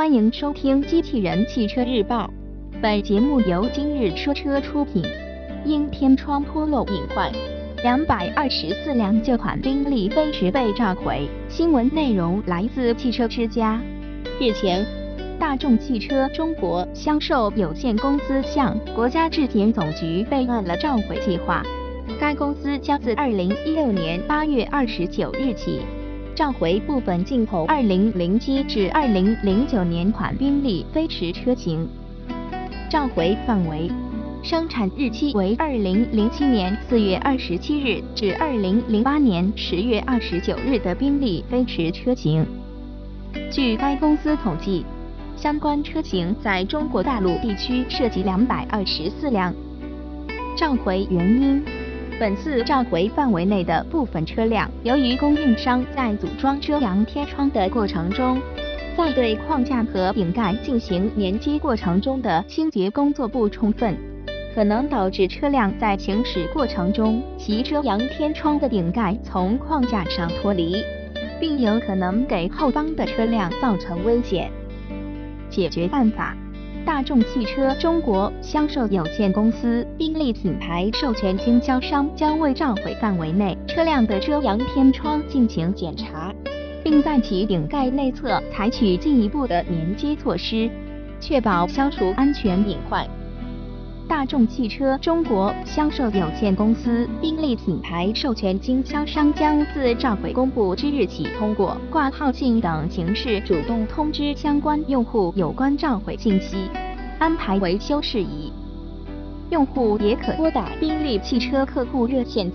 欢迎收听机器人汽车日报，本节目由今日说车出品。因天窗脱落隐患，224辆旧款宾利飞驰被召回。新闻内容来自汽车之家。日前，大众汽车中国销售有限公司向国家质检总局备案了召回计划。该公司将自2016年8月29日起召回部分进口2007至2009年款宾利飞驰车型。召回范围：生产日期为2007年4月27日至2008年10月29日的宾利飞驰车型。据该公司统计，相关车型在中国大陆地区涉及224辆。召回原因：本次召回范围内的部分车辆，由于供应商在组装遮阳天窗的过程中，在对框架和顶盖进行连接过程中的清洁工作不充分，可能导致车辆在行驶过程中，其遮阳天窗的顶盖从框架上脱离，并有可能给后方的车辆造成危险。解决办法：大众汽车中国销售有限公司宾利品牌授权经销商将为召回范围内车辆的遮阳天窗进行检查，并在其顶盖内侧采取进一步的连接措施，确保消除安全隐患。大众汽车中国销售有限公司宾利品牌授权经销商将自召回公布之日起，通过挂号信等形式主动通知相关用户有关召回信息，安排维修事宜。用户也可拨打宾利汽车客户热线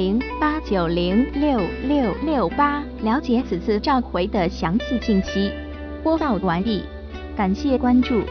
400-890-6668了解此次召回的详细信息。播报完毕，感谢关注。